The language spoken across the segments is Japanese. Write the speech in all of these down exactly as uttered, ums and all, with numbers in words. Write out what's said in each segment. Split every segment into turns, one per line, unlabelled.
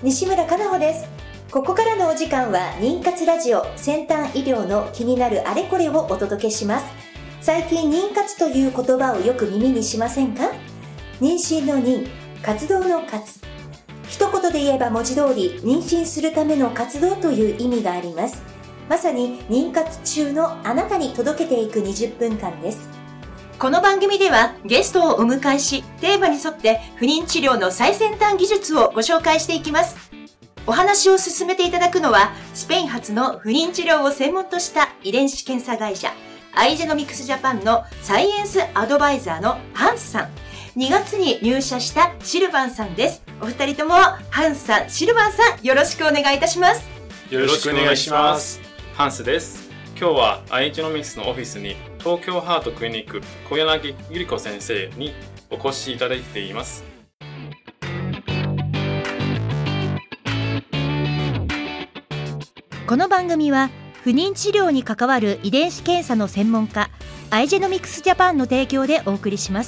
西村かなほです。ここからのお時間は妊活ラジオ、先端医療の気になるあれこれをお届けします。最近妊活という言葉をよく耳にしませんか？妊娠の妊、活動の活。一言で言えば文字通り妊娠するための活動という意味があります。まさに妊活中のあなたに届けていくにじゅっぷんかんです。この番組ではゲストをお迎えし、テーマに沿って不妊治療の最先端技術をご紹介していきます。お話を進めていただくのは、スペイン発の不妊治療を専門とした遺伝子検査会社アイジェノミクスジャパンのサイエンスアドバイザーのハンスさん、にがつに入社したシルバンさんです。お二人ともハンスさん、シルバンさん、よろしくお願いいたします。
よろしくお願いします。ハンスです。今日はアイジェノミクスのオフィスに東京ハートクリニック小柳ゆり子先生にお越しいただいています。
この番組は不妊治療に関わる遺伝子検査の専門家アイジェノミクスジャパンの提供でお送りします。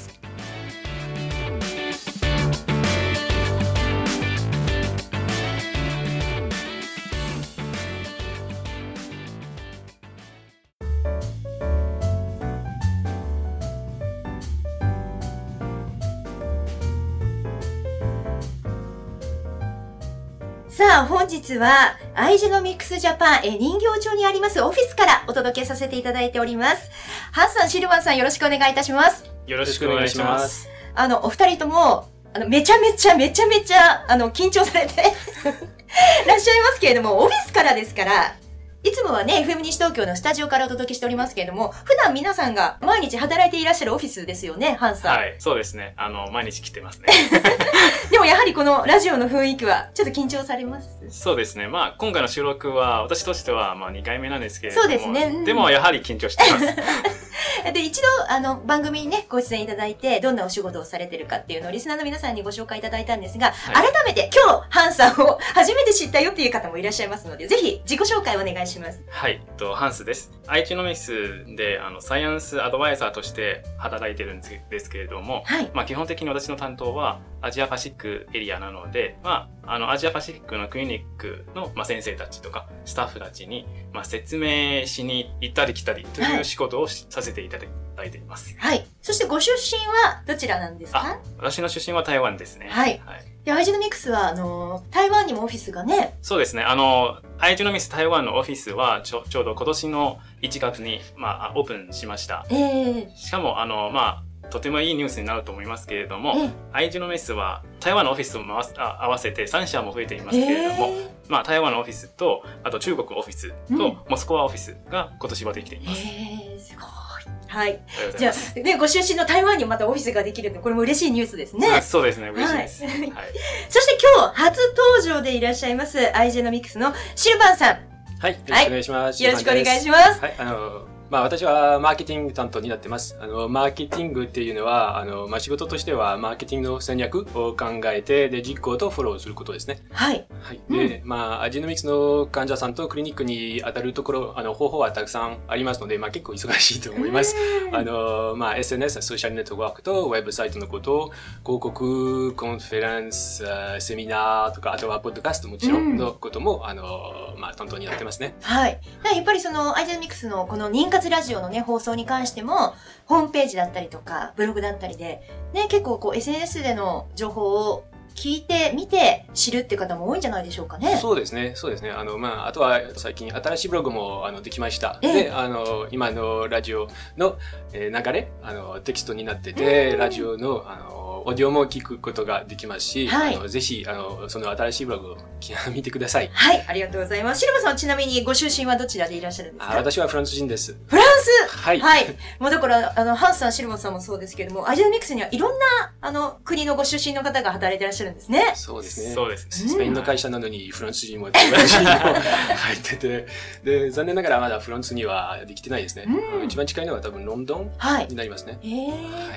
さあ、本日はアイジェノミクスジャパンえ人形町にありますオフィスからお届けさせていただいております。ハンさん、シルバンさん、よろしくお願いいたします。
よろしくお願いします。
あのお二人ともあのめちゃめちゃめちゃめちゃあの緊張されてらっしゃいますけれども、オフィスからですから、いつもはね エフエム 西東京のスタジオからお届けしておりますけれども、普段皆さんが毎日働いていらっしゃるオフィスですよね、ハンさん。
はい、そうですね。あの毎日来てますね。
でもやはりこのラジオの雰囲気はちょっと緊張されます？
そうですね。まあ今回の収録は私としてはまあにかいめなんですけれども、
そうですね。うん、
でもやはり緊張してます。
で、一度あの番組にねご出演いただいて、どんなお仕事をされてるかっていうのをリスナーの皆さんにご紹介いただいたんですが、はい、改めて今日ハンさんを初めて知ったよっていう方もいらっしゃいますので、ぜひ自己紹介をお願いします。
はい、とハンスです。アイジェノミクスであのサイエンスアドバイザーとして働いてるんですけれども、はい、まあ基本的に私の担当はアジアパシフィックエリアなので、まああのアジアパシフィックのクリニックのまあ先生たちとかスタッフたちにまあ説明しに行ったり来たりという仕事をさせていただいています。
はい。そしてご出身はどちらなんですか？
あ、私の出身は台湾ですね。
はい。はい、でアイジェノミクスはあの台湾にもオフィスがね。
そうですね。あのアイジェノミクス台湾のオフィスはちょちょうど今年のいちがつにまあオープンしました。えー、しかもあのまあとてもいいニュースになると思いますけれども、えー、アイジェノミクスは台湾のオフィスを回すあ合わせてさんしゃも増えていますけれども、えー、まあ台湾のオフィスとあと中国オフィスと、うん、モスクワオフィスが今年はできています。
えー、すごい。はい。じゃあ、ね、ご出身の台湾にもまたオフィスができるので、これも嬉しいニュースですね。
そうですね、嬉しいです。はい。はい、
そして今日、初登場でいらっしゃいます、アイジェノミクスのシルバンさん。
はい、よろしくお願いします。
はい、よろしくお願いします。
はい、あの、まあ私はマーケティング担当になってます。あの、マーケティングっていうのは、あの、まあ仕事としてはマーケティングの戦略を考えて、で、実行とフォローすることですね。
はい。
はい。で、うん、まあ、アイジェノミクスの患者さんとクリニックに当たるところ、あの、方法はたくさんありますので、まあ結構忙しいと思います。あの、まあ エスエヌエス、ソーシャルネットワークとウェブサイトのこと、広告、コンフェレンス、セミナーとか、あとはポッドキャストもちろんのことも、うん、あの、まあ担当になってますね。
はい。やっぱりその、アイジェノミクスのこの妊活ラジオのね、放送に関しても、ホームページだったりとか、ブログだったりで、ね、結構こう エスエヌエス での情報を聞いて、見て、知るって方も多いんじゃないでしょうかね。
そうですね、そうですね。あの、まあ、あとは最近新しいブログもあのできました。で、あの、今のラジオの、えー、流れ、あの、テキストになってて、ラジオの、あの、オーディオも聞くことができますし、はい、あのぜひあのその新しいブログを見てください。
はい、ありがとうございます。シルバさんはちなみにご出身はどちらでいらっしゃるんですか？
あ、私はフランス人です。
フランス。
はい。
はい。もうだからあのハンさん、シルバさんもそうですけれども、アイジェノミクスにはいろんなあの国のご出身の方が働いていらっしゃるんですね。
そうですね。
そうですね。
スペインの会社なのにフランス人も台湾人も入ってて、で残念ながらまだフランスにはできてないですね。うん、一番近いのは多分ロンドンになりますね。はい。えーはい、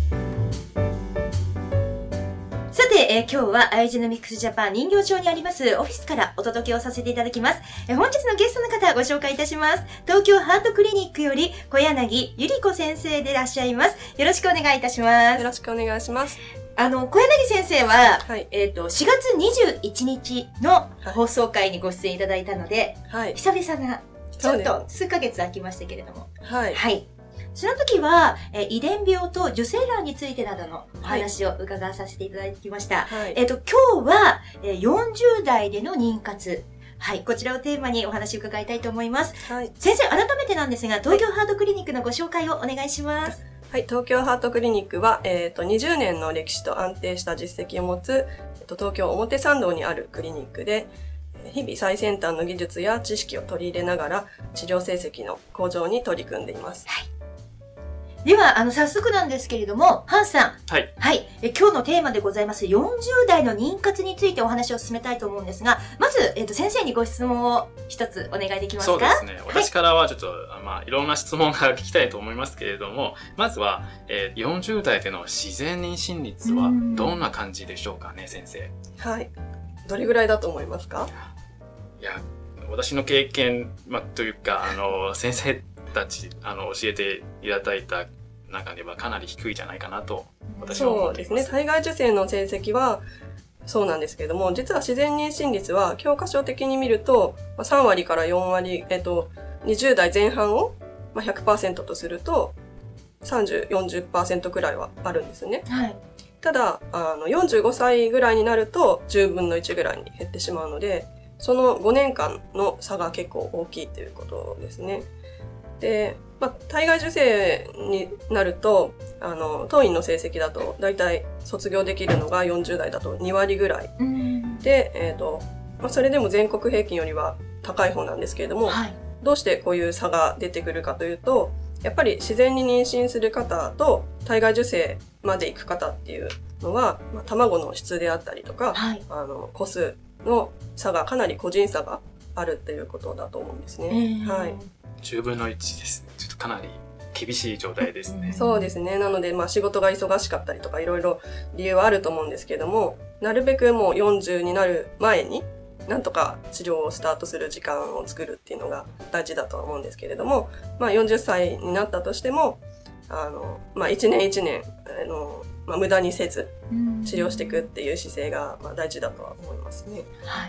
さて、えー、今日はアイジェノミクスジャパン人形町にありますオフィスからお届けをさせていただきます。えー、本日のゲストの方ご紹介いたします。東京ハートクリニックより小柳ゆり子先生でいらっしゃいます。よろしくお願いいたします。
よろしくお願いします。
あの、小柳先生は、はい、えっと、しがつにじゅういちにちの放送回にご出演いただいたので、はい、久々な、ちょっと数ヶ月空きましたけれども。はい。はい。その時は、えー、遺伝病と受精卵についてなどのお話を伺わさせていただきました。はい、えっと、今日は、えー、よんじゅうだいでの妊活。はい。こちらをテーマにお話を伺いたいと思います。はい。先生、改めてなんですが、東京ハートクリニックのご紹介をお願いします。
はい。東京ハートクリニックは、えっと、にじゅうねんの歴史と安定した実績を持つ、えっと、東京表参道にあるクリニックで、日々最先端の技術や知識を取り入れながら、治療成績の向上に取り組んでいます。はい。
では、あの、早速なんですけれども、ハンさん。はい。はい。え今日のテーマでございますよんじゅうだいの妊活についてお話を進めたいと思うんですが、まず、えっと、先生にご質問を一つお願いできますか？
そうですね。私からはちょっと、はい、まあ、いろんな質問が聞きたいと思いますけれども、まずは、えー、よんじゅうだいでの自然妊娠率はどんな感じでしょうかね、先生。
はい。どれぐらいだと思いますか？
いや、私の経験、まあ、というか、あの、先生たち、あの、教えていただいた中ではかなり低いじゃないかなと私は思っています。
そうですね。体外受精の成績はそうなんですけれども、実は自然妊娠率は教科書的に見るとさんわりからよんわり、えっと、にじゅうだいぜん半を ひゃくパーセント とするとさんじゅう、よんじゅっパーセント くらいはあるんですね。はい。ただ、あの、よんじゅうごさいぐらいになるとじゅうぶんのいちぐらいに減ってしまうので、そのごねんかんの差が結構大きいということですね。で、まあ、体外受精になると、あの、当院の成績だと、だいたい卒業できるのがよんじゅうだいだとにわりぐらい。で、えっと、まあ、それでも全国平均よりは高い方なんですけれども、はい、どうしてこういう差が出てくるかというと、やっぱり自然に妊娠する方と体外受精まで行く方っていうのは、まあ、卵の質であったりとか、はい、あの、個数の差がかなり個人差があるっていうことだと思うんですね。はい。
じゅうぶんのいちですね。ちょっとかなり厳しい状態ですね。
そうですね。なので、まあ仕事が忙しかったりとかいろいろ理由はあると思うんですけども、なるべくもうよんじゅうになる前になんとか治療をスタートする時間を作るっていうのが大事だとは思うんですけれども、まあよんじゅっさいになったとしても、あの、まあいちねんいちねん、あの、まあ無駄にせず治療していくっていう姿勢がまあ大事だとは思いますね。はい。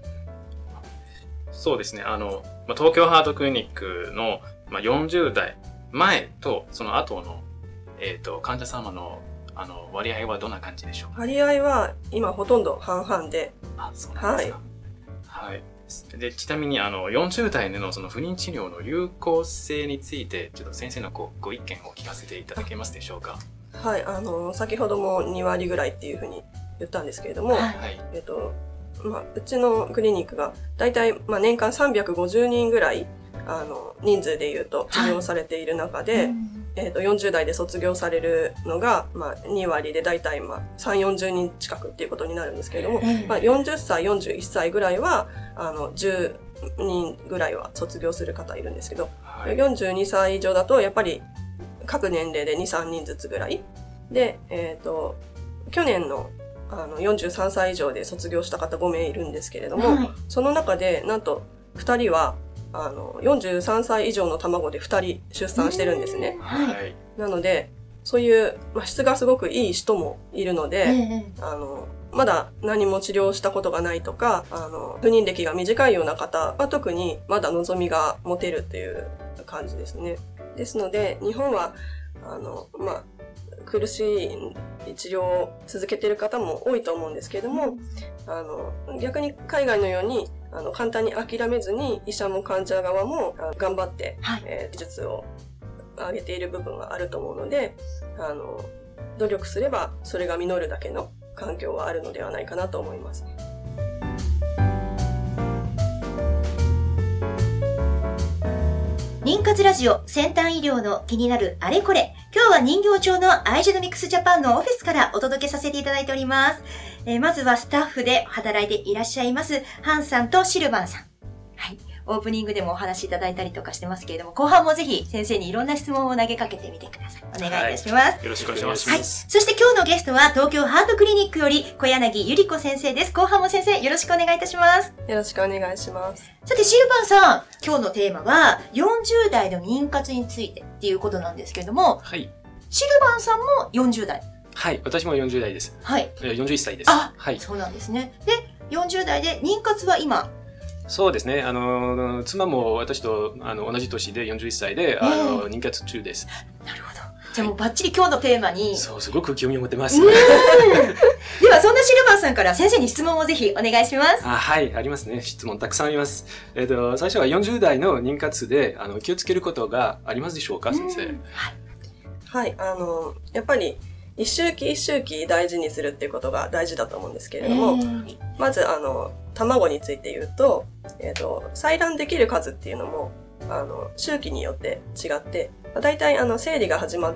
そうですね。あの、まあ、東京ハートクリニックの、まあ、よんじゅうだい前とその後の、えっと、患者様の、あの、割合はどんな感じでしょうか？
割合は今ほとんど半々で。
あ、そうなんですか。はい。はい。で、ちなみに、あの、よんじゅうだいでのその不妊治療の有効性について、ちょっと先生のご、ご意見を聞かせていただけますでしょうか？
はい。あの、先ほどもにわりぐらいっていうふうに言ったんですけれども、はい。えっと、まあ、うちのクリニックがだいたいまあ年間さんびゃくごじゅうにんぐらいあの人数でいうと治療されている中で、はい、えー、とよんじゅうだいで卒業されるのがまあにわりでだいたいまあさんじゅう、よんじゅうにん近くっていうことになるんですけれども、まあ、よんじゅっさい、よんじゅういっさいぐらいはあのじゅうにんぐらいは卒業する方いるんですけど、はい、よんじゅうにさい以上だとやっぱり各年齢でに、さんにんずつぐらいで、えっと去年のあのよんじゅうさんさい以上で卒業した方ごめいいるんですけれども、はい、その中でなんとふたりはあのよんじゅうさんさい以上の卵でふたり出産してるんですね。はい、なのでそういう、まあ、質がすごくいい人もいるので、えー、あのまだ何も治療したことがないとかあの不妊歴が短いような方は特にまだ望みが持てるっていう感じですね。ですので日本はあのまあ苦しい治療を続けている方も多いと思うんですけれども、あの逆に海外のようにあの簡単に諦めずに医者も患者側も頑張って、はい、えー、技術を上げている部分はあると思うので、あの努力すればそれが実るだけの環境はあるのではないかなと思います。
妊活ラジオ先端医療の気になるあれこれ。今日は人形町のアイジェノミクスジャパンのオフィスからお届けさせていただいております。えー、まずはスタッフで働いていらっしゃいますハンさんとシルバンさん。はい。オープニングでもお話しいただいたりとかしてますけれども、後半もぜひ先生にいろんな質問を投げかけてみてください。お願いいたします。はい、
よろしくお願いします。
はい。そして今日のゲストは東京ハートクリニックより小柳ゆり子先生です。後半も先生よろしくお願いいたします。
よろしくお願いします。
さてシルバンさん、今日のテーマはよんじゅうだいの妊活についてっていうことなんですけれども、はい。シルバンさんもよんじゅうだい。
はい、私もよんじゅう代です。
はい。
よんじゅういっさいです。
あ、
はい。
そうなんですね。で、よんじゅう代で妊活は今？
そうですね。あの、妻も私とあの同じ年でよんじゅういっさいで、あの、妊活中です。
なるほど。じゃあもうバッチリ今日のテーマに。
そう、すごく興味を持ってます。
では、そんなシルバーさんから先生に質問をぜひお願いします。
あ、はい、ありますね。質問たくさんあります。えっと、最初はよんじゅう代の妊活で、あの、気をつけることがありますでしょうか、先生。はい。
はい、あの、やっぱり、一周期一周期大事にするっていうことが大事だと思うんですけれども、えー、まず、あの、卵について言うと、えっと、採卵できる数っていうのも、あの、周期によって違って、だいたいあの、生理が始まって、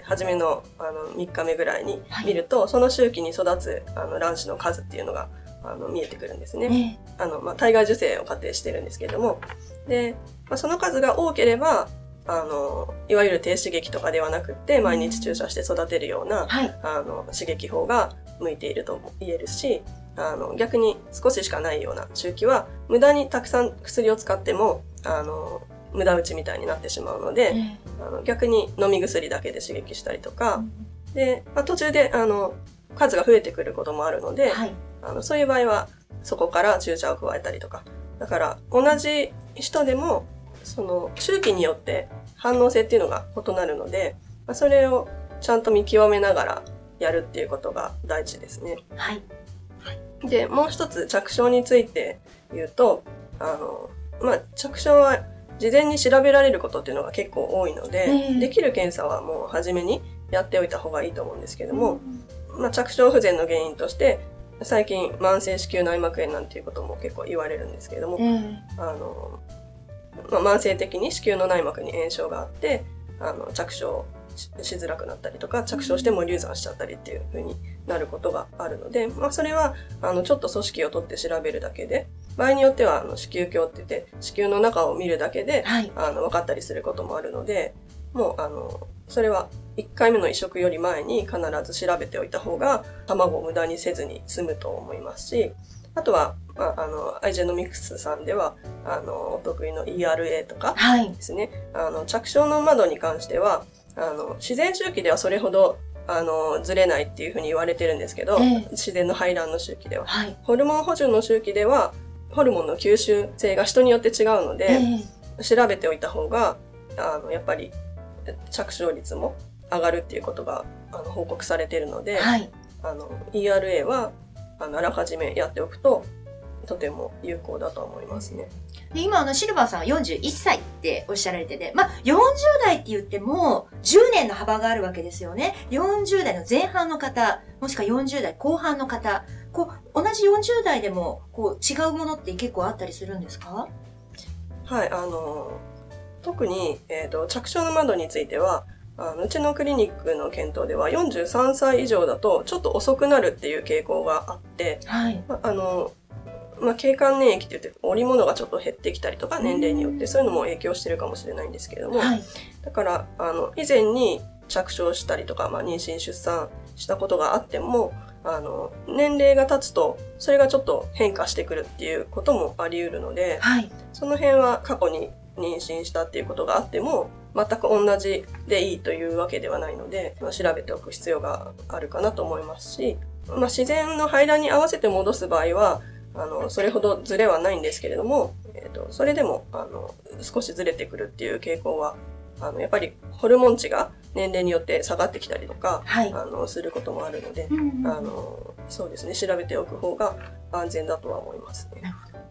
初めの、あの、みっかめぐらいに見ると、はい、その周期に育つ、あの、卵子の数っていうのが、あの、見えてくるんですね。えー、あの、まあ、体外受精を仮定してるんですけれども、で、まあ、その数が多ければ、あの、いわゆる低刺激とかではなくって、毎日注射して育てるような、はい、あの、刺激法が向いていると言えるし、あの、逆に少ししかないような周期は、無駄にたくさん薬を使っても、あの、無駄打ちみたいになってしまうので、えー、あの逆に飲み薬だけで刺激したりとか、うん、で、まあ、途中で、あの、数が増えてくることもあるので、はい、あのそういう場合は、そこから注射を加えたりとか。だから、同じ人でも、その、周期によって反応性っていうのが異なるので、まあ、それをちゃんと見極めながらやるっていうことが大事ですね。
はい。
で、もう一つ着床について言うと、あの、まあ、着床は事前に調べられることっていうのが結構多いので、えー、できる検査はもう初めにやっておいた方がいいと思うんですけども、うん、まあ、着床不全の原因として、最近慢性子宮内膜炎なんていうことも結構言われるんですけれども、えー、あの、まあ、慢性的に子宮の内膜に炎症があって、あの、着床しづらくなったりとか、着床しても流産しちゃったりっていう風になることがあるので、まあ、それは、あの、ちょっと組織を取って調べるだけで、場合によっては、あの、子宮鏡って言って、子宮の中を見るだけで、はい、あの、分かったりすることもあるので、もう、あの、それはいっかいめの移植より前に必ず調べておいた方が、卵を無駄にせずに済むと思いますし、あとは、まあ、あの、アイジェノミクスさんでは、あの、お得意の イーアールエー とかですね、はい、あの、着床の窓に関しては、あの、自然周期ではそれほど、あの、ずれないっていうふうに言われてるんですけど、えー、自然の排卵の周期では、はい。ホルモン補充の周期では、ホルモンの吸収性が人によって違うので、えー、調べておいた方が、あの、やっぱり、着床率も上がるっていうことが、あの、報告されているので、はい、あの、イーアールエー は、あの、あらかじめやっておくと、とても有効だと思いますね。
で今、あの、シルバーさんはよんじゅういっさいっておっしゃられてて、まあ、よんじゅう代って言っても、じゅうねんの幅があるわけですよね。よんじゅう代の前半の方、もしくはよんじゅう代後半の方、こう、同じよんじゅう代でも、こう、違うものって結構あったりするんですか？
はい、あの、特に、えっと、着床の窓については、あのうちのクリニックの検討ではよんじゅうさんさい以上だとちょっと遅くなるっていう傾向があって、はい、まあの、まあ、経管粘液って言って織物がちょっと減ってきたりとか年齢によってそういうのも影響してるかもしれないんですけれども、はい、だからあの以前に着床したりとか、まあ、妊娠出産したことがあってもあの年齢が経つとそれがちょっと変化してくるっていうこともあり得るので、はい、その辺は過去に妊娠したっていうことがあっても全く同じでいいというわけではないので、まあ、調べておく必要があるかなと思いますし、まあ、自然の排卵に合わせて戻す場合はあのそれほどズレはないんですけれども、えーと、それでもあの少しズレてくるっていう傾向はあのやっぱりホルモン値が年齢によって下がってきたりとか、はい、あのすることもあるので、うんうん、あのそうですね、調べておく方が安全だとは思いますね。なるほど。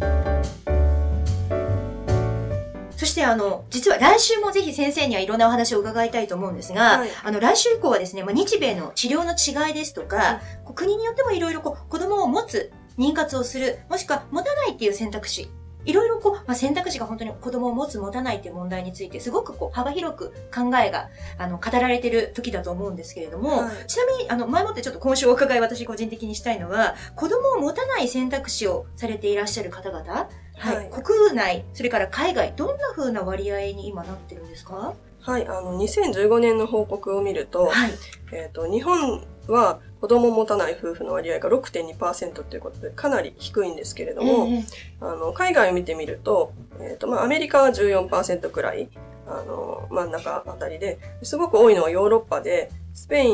そしてあの、実は来週もぜひ先生にはいろんなお話を伺いたいと思うんですが、はい、あの、来週以降はですね、まあ、日米の治療の違いですとか、うん、国によってもいろいろこう、子供を持つ、妊活をする、もしくは持たないっていう選択肢、いろいろこう、まあ、選択肢が本当に子供を持つ、持たないっていう問題について、すごくこう、幅広く考えが、あの、語られてる時だと思うんですけれども、はい、ちなみに、あの、前もってちょっと今週お伺い私個人的にしたいのは、子供を持たない選択肢をされていらっしゃる方々、はい、はい、国内、それから海外、どんな風な割合に今なってるんですか？
はい、あの、にせんじゅうごねんの報告を見ると、はい、えっと、日本は子供を持たない夫婦の割合が ろくてんにパーセント ということで、かなり低いんですけれども、えー、あの、海外を見てみると、えっと、まあ、アメリカは じゅうよんパーセント くらい、あの、真ん中あたりで、すごく多いのはヨーロッパで、スペイン、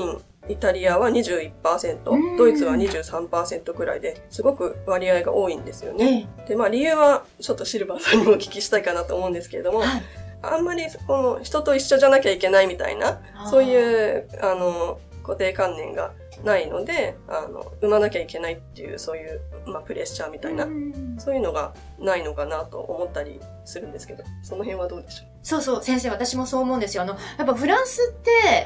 イタリアは にじゅういちパーセント、ドイツは にじゅうさんパーセント くらいですごく割合が多いんですよね。ええ、で、まあ理由はちょっとシルバーさんにもお聞きしたいかなと思うんですけれども、はい、あんまりこの人と一緒じゃなきゃいけないみたいな、そういうあの固定観念がないので、あの産まなきゃいけないっていうそういう、まあ、プレッシャーみたいな、そういうのがないのかなと思ったりするんですけど、その辺はどうでしょう？
そうそう、先生、私もそう思うんですよ。あの、やっぱフランスって、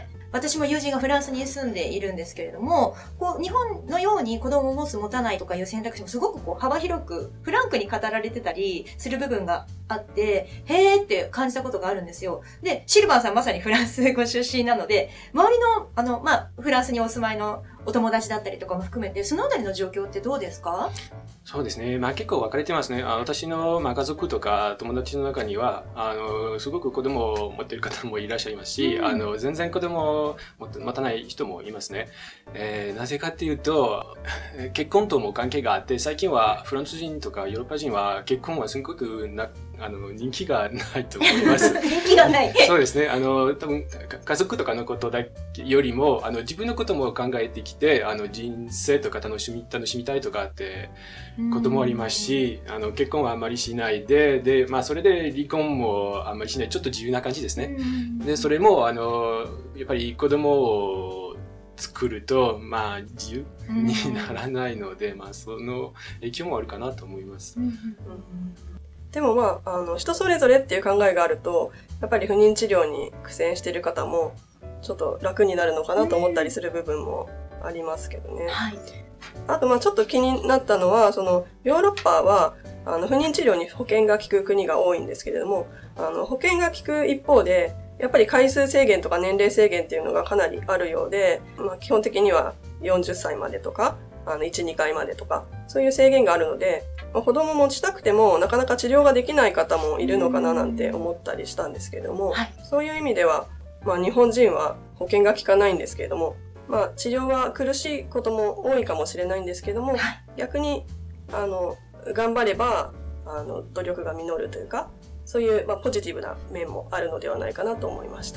私も友人がフランスに住んでいるんですけれども、こう、日本のように子供を持つ持たないとかいう選択肢もすごくこう、幅広く、フランクに語られてたりする部分があって、へーって感じたことがあるんですよ。で、シルバーさんまさにフランスご出身なので、周りの、あの、まあ、フランスにお住まいのお友達だったりとかも含めて、そのあたりの状況ってどうですか？
そうですね。まあ結構分かれてますね。あ私の、まあ、家族とか友達の中には、あの、すごく子供を持っている方もいらっしゃいますし、うん、あの、全然子供を持たない人もいますね。えー、なぜかっていうと、結婚とも関係があって、最近はフランス人とかヨーロッパ人は結婚はすごくな、あの、人気がないと思います。
人気がない
そうですね。あの、多分、家族とかのことだけよりも、あの、自分のことも考えてきて、あの、人生とか楽しみ、楽しみたいとかってこともありますし、あの、結婚はあんまりしないで、で、まあ、それで離婚もあんまりしない、ちょっと自由な感じですね。で、それも、あの、やっぱり子供を作ると、まあ、自由にならないので、まあ、その影響もあるかなと思います。うんうん、
でもまあ、あの、人それぞれっていう考えがあると、やっぱり不妊治療に苦戦している方も、ちょっと楽になるのかなと思ったりする部分もありますけどね。はい、あと、まあちょっと気になったのは、その、ヨーロッパは、あの、不妊治療に保険が効く国が多いんですけれども、あの、保険が効く一方で、やっぱり回数制限とか年齢制限っていうのがかなりあるようで、まあ基本的にはよんじゅっさいまでとか、あの、いち、にかいまでとか、そういう制限があるので、まあ、子供持ちたくてもなかなか治療ができない方もいるのかななんて思ったりしたんですけれども、はい、そういう意味では、まあ日本人は保険が効かないんですけれども、まあ治療は苦しいことも多いかもしれないんですけども、はい、逆に、あの、頑張れば、あの、努力が実るというか、そういう、まあ、ポジティブな面もあるのではないかなと思いました。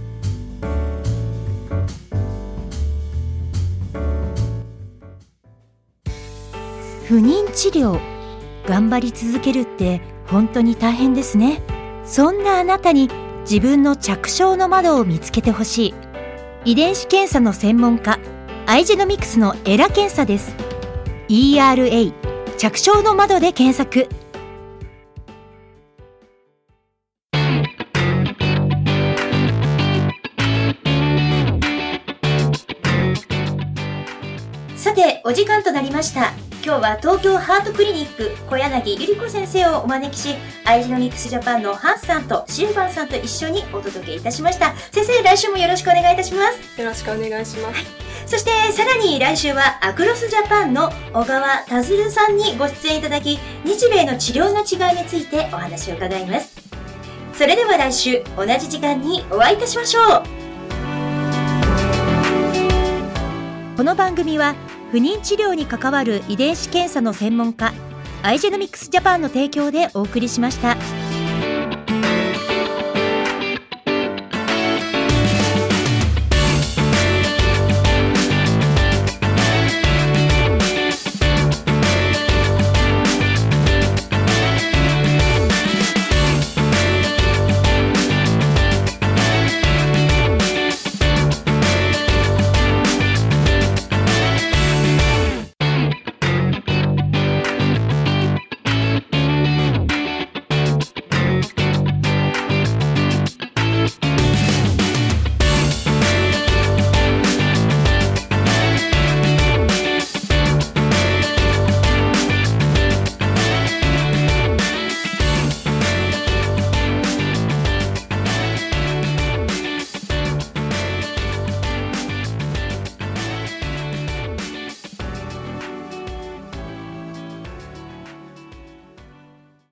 不妊治療、頑張り続けるって本当に大変ですね。そんなあなたに自分の着床の窓を見つけてほしい。遺伝子検査の専門家、アイジェノミクスのエラ検査です。イーアールエー 着床の窓で検索。
さて、お時間となりました。今日は東京ハートクリニック小柳ゆり子先生をお招きし、アイジェノミクスジャパンのハンスさんとシルバンさんと一緒にお届けいたしました。先生、来週もよろしくお願いいたします。
よろしくお願いします。はい、
そしてさらに来週はアクロスジャパンの小川田鶴さんにご出演いただき、日米の治療の違いについてお話を伺います。それでは来週同じ時間にお会いいたしましょう。
この番組は不妊治療に関わる遺伝子検査の専門家アイジェノミクスジャパンの提供でお送りしました。